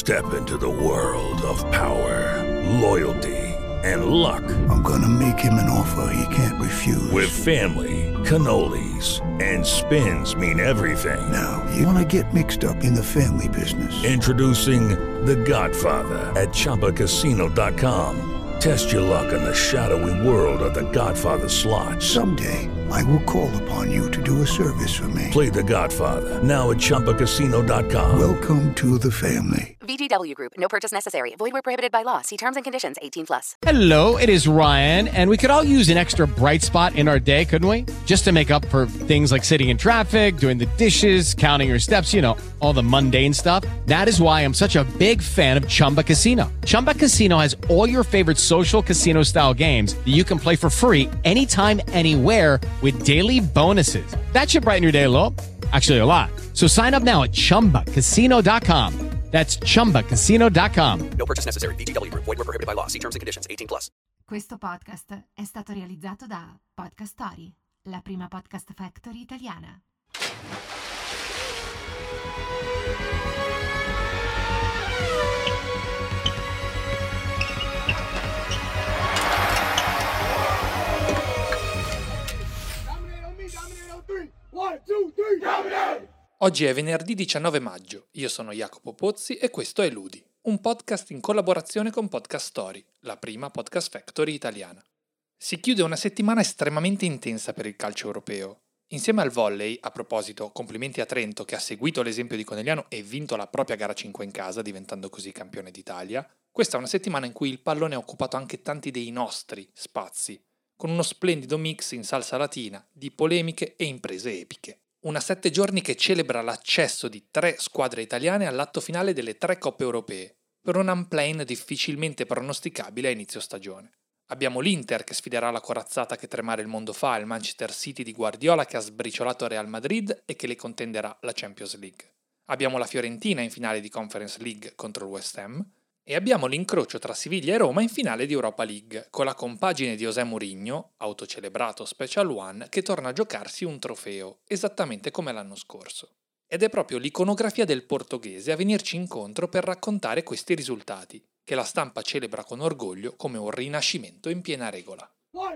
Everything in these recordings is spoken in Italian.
Step into the world of power, loyalty, and luck. I'm gonna make him an offer he can't refuse. With family, cannolis, and spins mean everything. Now, you wanna get mixed up in the family business. Introducing The Godfather at ChumbaCasino.com. Test your luck in the shadowy world of The Godfather slot. Someday, I will call upon you to do a service for me. Play The Godfather now at ChumbaCasino.com. Welcome to the family. VGW Group. No purchase necessary. Void where prohibited by law. See terms and conditions. 18+. Hello, it is Ryan, and we could all use an extra bright spot in our day, couldn't we? Just to make up for things like sitting in traffic, doing the dishes, counting your steps, you know, all the mundane stuff. That is why I'm such a big fan of Chumba Casino. Chumba Casino has all your favorite social casino-style games that you can play for free anytime, anywhere with daily bonuses. That should brighten your day a little. Actually, a lot. So sign up now at ChumbaCasino.com. That's ChumbaCasino.com. No purchase necessary. VGW Group. Void where prohibited by law. See terms and conditions. 18+. Questo podcast è stato realizzato da Podcast Story, la prima podcast factory italiana. Oggi è venerdì 19 maggio, io sono Jacopo Pozzi e questo è Ludi, un podcast in collaborazione con Podcast Story, la prima podcast factory italiana. Si chiude una settimana estremamente intensa per il calcio europeo. Insieme al volley, a proposito, complimenti a Trento che ha seguito l'esempio di Conegliano e vinto la propria gara 5 in casa, diventando così campione d'Italia, questa è una settimana in cui il pallone ha occupato anche tanti dei nostri spazi, con uno splendido mix in salsa latina di polemiche e imprese epiche. Una 7 giorni che celebra l'accesso di 3 squadre italiane all'atto finale delle 3 coppe europee, per un unplane difficilmente pronosticabile a inizio stagione. Abbiamo l'Inter che sfiderà la corazzata che tremare il mondo fa, il Manchester City di Guardiola che ha sbriciolato Real Madrid e che le contenderà la Champions League. Abbiamo la Fiorentina in finale di Conference League contro il West Ham, e abbiamo l'incrocio tra Siviglia e Roma in finale di Europa League, con la compagine di José Mourinho, autocelebrato Special One, che torna a giocarsi un trofeo, esattamente come l'anno scorso. Ed è proprio l'iconografia del portoghese a venirci incontro per raccontare questi risultati, che la stampa celebra con orgoglio come un rinascimento in piena regola.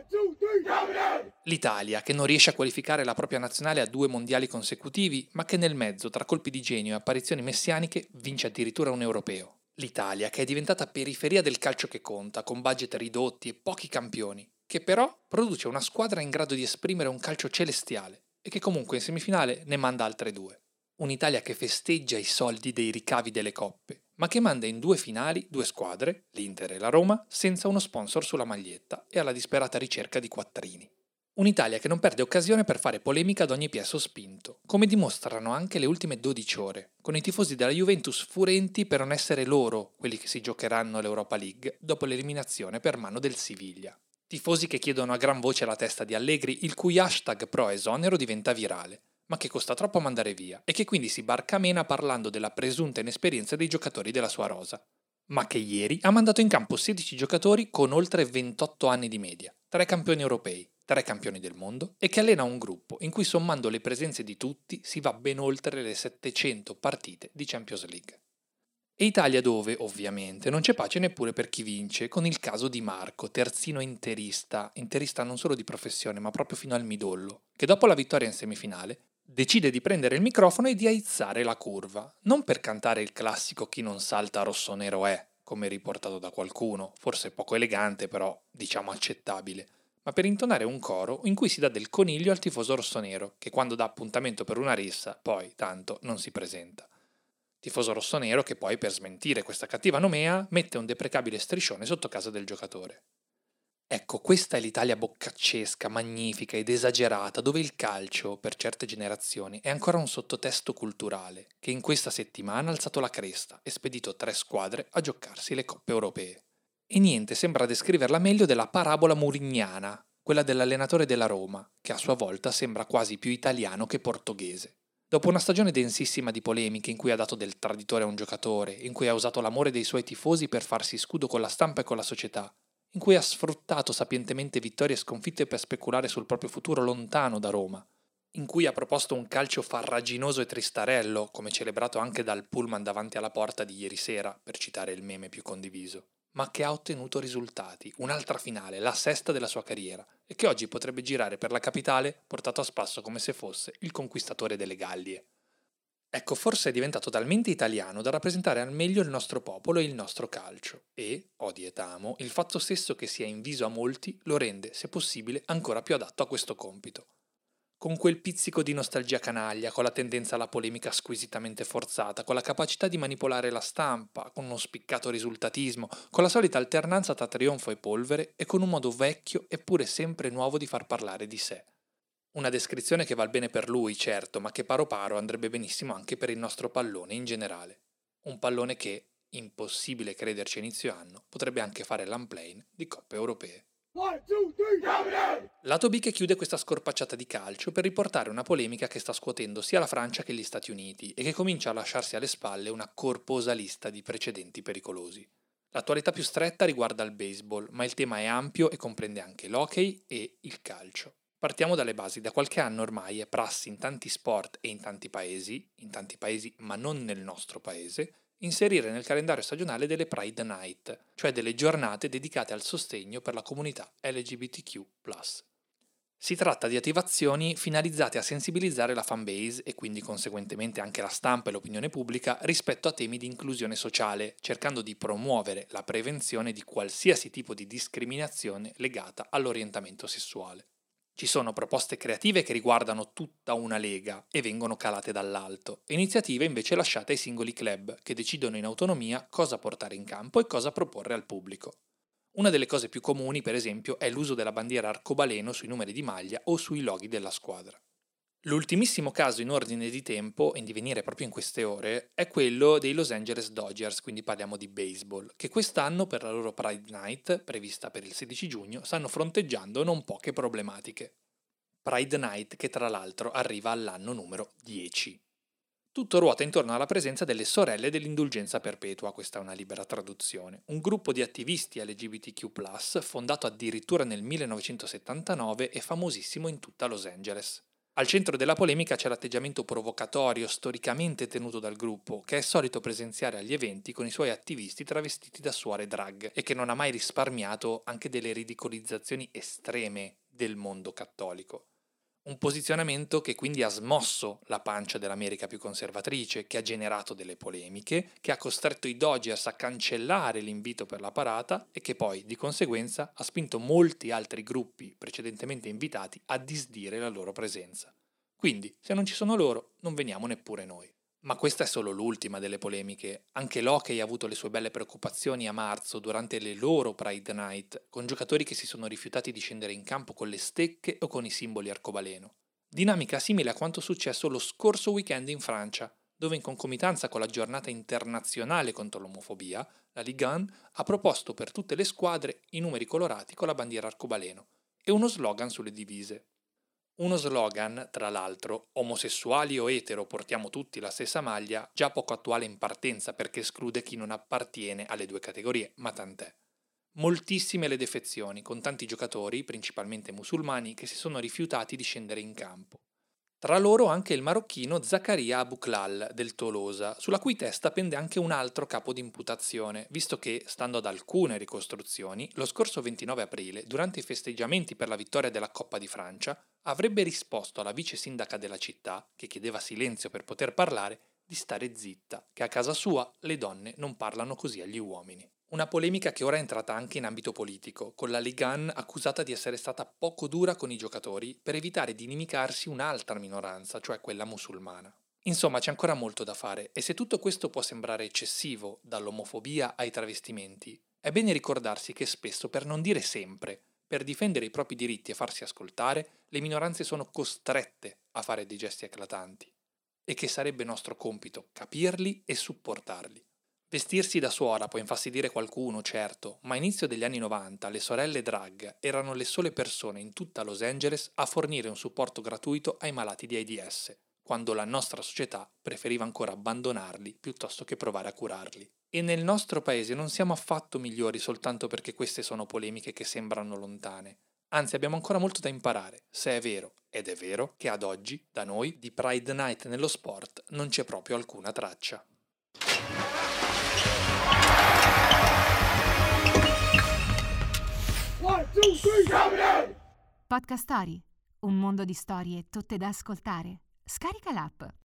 L'Italia, che non riesce a qualificare la propria nazionale a 2 mondiali consecutivi, ma che nel mezzo, tra colpi di genio e apparizioni messianiche, vince addirittura un europeo. L'Italia, che è diventata periferia del calcio che conta, con budget ridotti e pochi campioni, che però produce una squadra in grado di esprimere un calcio celestiale e che comunque in semifinale ne manda altre 2. Un'Italia che festeggia i soldi dei ricavi delle coppe, ma che manda in 2 finali 2 squadre, l'Inter e la Roma, senza uno sponsor sulla maglietta e alla disperata ricerca di quattrini. Un'Italia che non perde occasione per fare polemica ad ogni piè sospinto, come dimostrano anche le ultime 12 ore, con i tifosi della Juventus furenti per non essere loro quelli che si giocheranno l'Europa League dopo l'eliminazione per mano del Siviglia. Tifosi che chiedono a gran voce la testa di Allegri, il cui hashtag pro esonero diventa virale, ma che costa troppo mandare via e che quindi si barcamena parlando della presunta inesperienza dei giocatori della sua rosa. Ma che ieri ha mandato in campo 16 giocatori con oltre 28 anni di media, 3 campioni europei, 3 campioni del mondo, e che allena un gruppo in cui sommando le presenze di tutti si va ben oltre le 700 partite di Champions League. E Italia dove, ovviamente, non c'è pace neppure per chi vince, con il caso di Marco, terzino interista non solo di professione ma proprio fino al midollo, che dopo la vittoria in semifinale decide di prendere il microfono e di aizzare la curva, non per cantare il classico chi non salta rossonero è, come riportato da qualcuno, forse poco elegante però diciamo accettabile, ma per intonare un coro in cui si dà del coniglio al tifoso rossonero, che quando dà appuntamento per una rissa, poi, tanto, non si presenta. Tifoso rossonero che poi, per smentire questa cattiva nomea, mette un deprecabile striscione sotto casa del giocatore. Ecco, questa è l'Italia boccaccesca, magnifica ed esagerata, dove il calcio, per certe generazioni, è ancora un sottotesto culturale, che in questa settimana ha alzato la cresta e spedito 3 squadre a giocarsi le coppe europee. E niente sembra descriverla meglio della parabola mourignana, quella dell'allenatore della Roma, che a sua volta sembra quasi più italiano che portoghese. Dopo una stagione densissima di polemiche in cui ha dato del traditore a un giocatore, in cui ha usato l'amore dei suoi tifosi per farsi scudo con la stampa e con la società, in cui ha sfruttato sapientemente vittorie e sconfitte per speculare sul proprio futuro lontano da Roma, in cui ha proposto un calcio farraginoso e tristarello, come celebrato anche dal pullman davanti alla porta di ieri sera, per citare il meme più condiviso, ma che ha ottenuto risultati, un'altra finale, la sesta della sua carriera, e che oggi potrebbe girare per la capitale portato a spasso come se fosse il conquistatore delle Gallie. Ecco, forse è diventato talmente italiano da rappresentare al meglio il nostro popolo e il nostro calcio, e, odi et amo, il fatto stesso che sia inviso a molti lo rende, se possibile, ancora più adatto a questo compito. Con quel pizzico di nostalgia canaglia, con la tendenza alla polemica squisitamente forzata, con la capacità di manipolare la stampa, con uno spiccato risultatismo, con la solita alternanza tra trionfo e polvere e con un modo vecchio eppure sempre nuovo di far parlare di sé. Una descrizione che val bene per lui, certo, ma che paro paro andrebbe benissimo anche per il nostro pallone in generale. Un pallone che, impossibile crederci a inizio anno, potrebbe anche fare l'unplane di coppe europee. Lato B che chiude questa scorpacciata di calcio per riportare una polemica che sta scuotendo sia la Francia che gli Stati Uniti e che comincia a lasciarsi alle spalle una corposa lista di precedenti pericolosi. L'attualità più stretta riguarda il baseball, ma il tema è ampio e comprende anche l'hockey e il calcio. Partiamo dalle basi. Da qualche anno ormai è prassi in tanti sport e in tanti paesi ma non nel nostro paese, inserire nel calendario stagionale delle Pride Night, cioè delle giornate dedicate al sostegno per la comunità LGBTQ+. Si tratta di attivazioni finalizzate a sensibilizzare la fanbase e quindi conseguentemente anche la stampa e l'opinione pubblica rispetto a temi di inclusione sociale, cercando di promuovere la prevenzione di qualsiasi tipo di discriminazione legata all'orientamento sessuale. Ci sono proposte creative che riguardano tutta una lega e vengono calate dall'alto, e iniziative invece lasciate ai singoli club che decidono in autonomia cosa portare in campo e cosa proporre al pubblico. Una delle cose più comuni, per esempio, è l'uso della bandiera arcobaleno sui numeri di maglia o sui loghi della squadra. L'ultimissimo caso in ordine di tempo, in divenire proprio in queste ore, è quello dei Los Angeles Dodgers, quindi parliamo di baseball, che quest'anno per la loro Pride Night, prevista per il 16 giugno, stanno fronteggiando non poche problematiche. Pride Night che tra l'altro arriva all'anno numero 10. Tutto ruota intorno alla presenza delle Sorelle dell'Indulgenza Perpetua, questa è una libera traduzione, un gruppo di attivisti LGBTQ+, fondato addirittura nel 1979 e famosissimo in tutta Los Angeles. Al centro della polemica c'è l'atteggiamento provocatorio storicamente tenuto dal gruppo, che è solito presenziare agli eventi con i suoi attivisti travestiti da suore drag e che non ha mai risparmiato anche delle ridicolizzazioni estreme del mondo cattolico. Un posizionamento che quindi ha smosso la pancia dell'America più conservatrice, che ha generato delle polemiche, che ha costretto i Dodgers a cancellare l'invito per la parata e che poi, di conseguenza, ha spinto molti altri gruppi precedentemente invitati a disdire la loro presenza. Quindi, se non ci sono loro, non veniamo neppure noi. Ma questa è solo l'ultima delle polemiche. Anche l'hockey ha avuto le sue belle preoccupazioni a marzo durante le loro Pride Night, con giocatori che si sono rifiutati di scendere in campo con le stecche o con i simboli arcobaleno. Dinamica simile a quanto successo lo scorso weekend in Francia, dove in concomitanza con la giornata internazionale contro l'omofobia, la Ligue 1 ha proposto per tutte le squadre i numeri colorati con la bandiera arcobaleno e uno slogan sulle divise. Uno slogan, tra l'altro, omosessuali o etero portiamo tutti la stessa maglia, già poco attuale in partenza perché esclude chi non appartiene alle due categorie, ma tant'è. Moltissime le defezioni, con tanti giocatori, principalmente musulmani, che si sono rifiutati di scendere in campo. Tra loro anche il marocchino Zakaria Abouklal del Tolosa, sulla cui testa pende anche un altro capo di imputazione, visto che, stando ad alcune ricostruzioni, lo scorso 29 aprile, durante i festeggiamenti per la vittoria della Coppa di Francia, avrebbe risposto alla vice sindaca della città, che chiedeva silenzio per poter parlare, di stare zitta, che a casa sua le donne non parlano così agli uomini. Una polemica che ora è entrata anche in ambito politico, con la Ligue 1 accusata di essere stata poco dura con i giocatori per evitare di inimicarsi un'altra minoranza, cioè quella musulmana. Insomma, c'è ancora molto da fare e se tutto questo può sembrare eccessivo, dall'omofobia ai travestimenti, è bene ricordarsi che spesso, per non dire sempre, per difendere i propri diritti e farsi ascoltare, le minoranze sono costrette a fare dei gesti eclatanti e che sarebbe nostro compito capirli e supportarli. Vestirsi da suora può infastidire qualcuno, certo, ma a inizio degli anni 90 le sorelle drag erano le sole persone in tutta Los Angeles a fornire un supporto gratuito ai malati di AIDS, quando la nostra società preferiva ancora abbandonarli piuttosto che provare a curarli. E nel nostro paese non siamo affatto migliori soltanto perché queste sono polemiche che sembrano lontane. Anzi, abbiamo ancora molto da imparare, se è vero, Ed è vero che ad oggi, da noi, di Pride Night nello sport non c'è proprio alcuna traccia. Podcast Story, un mondo di storie tutte da ascoltare. Scarica l'app.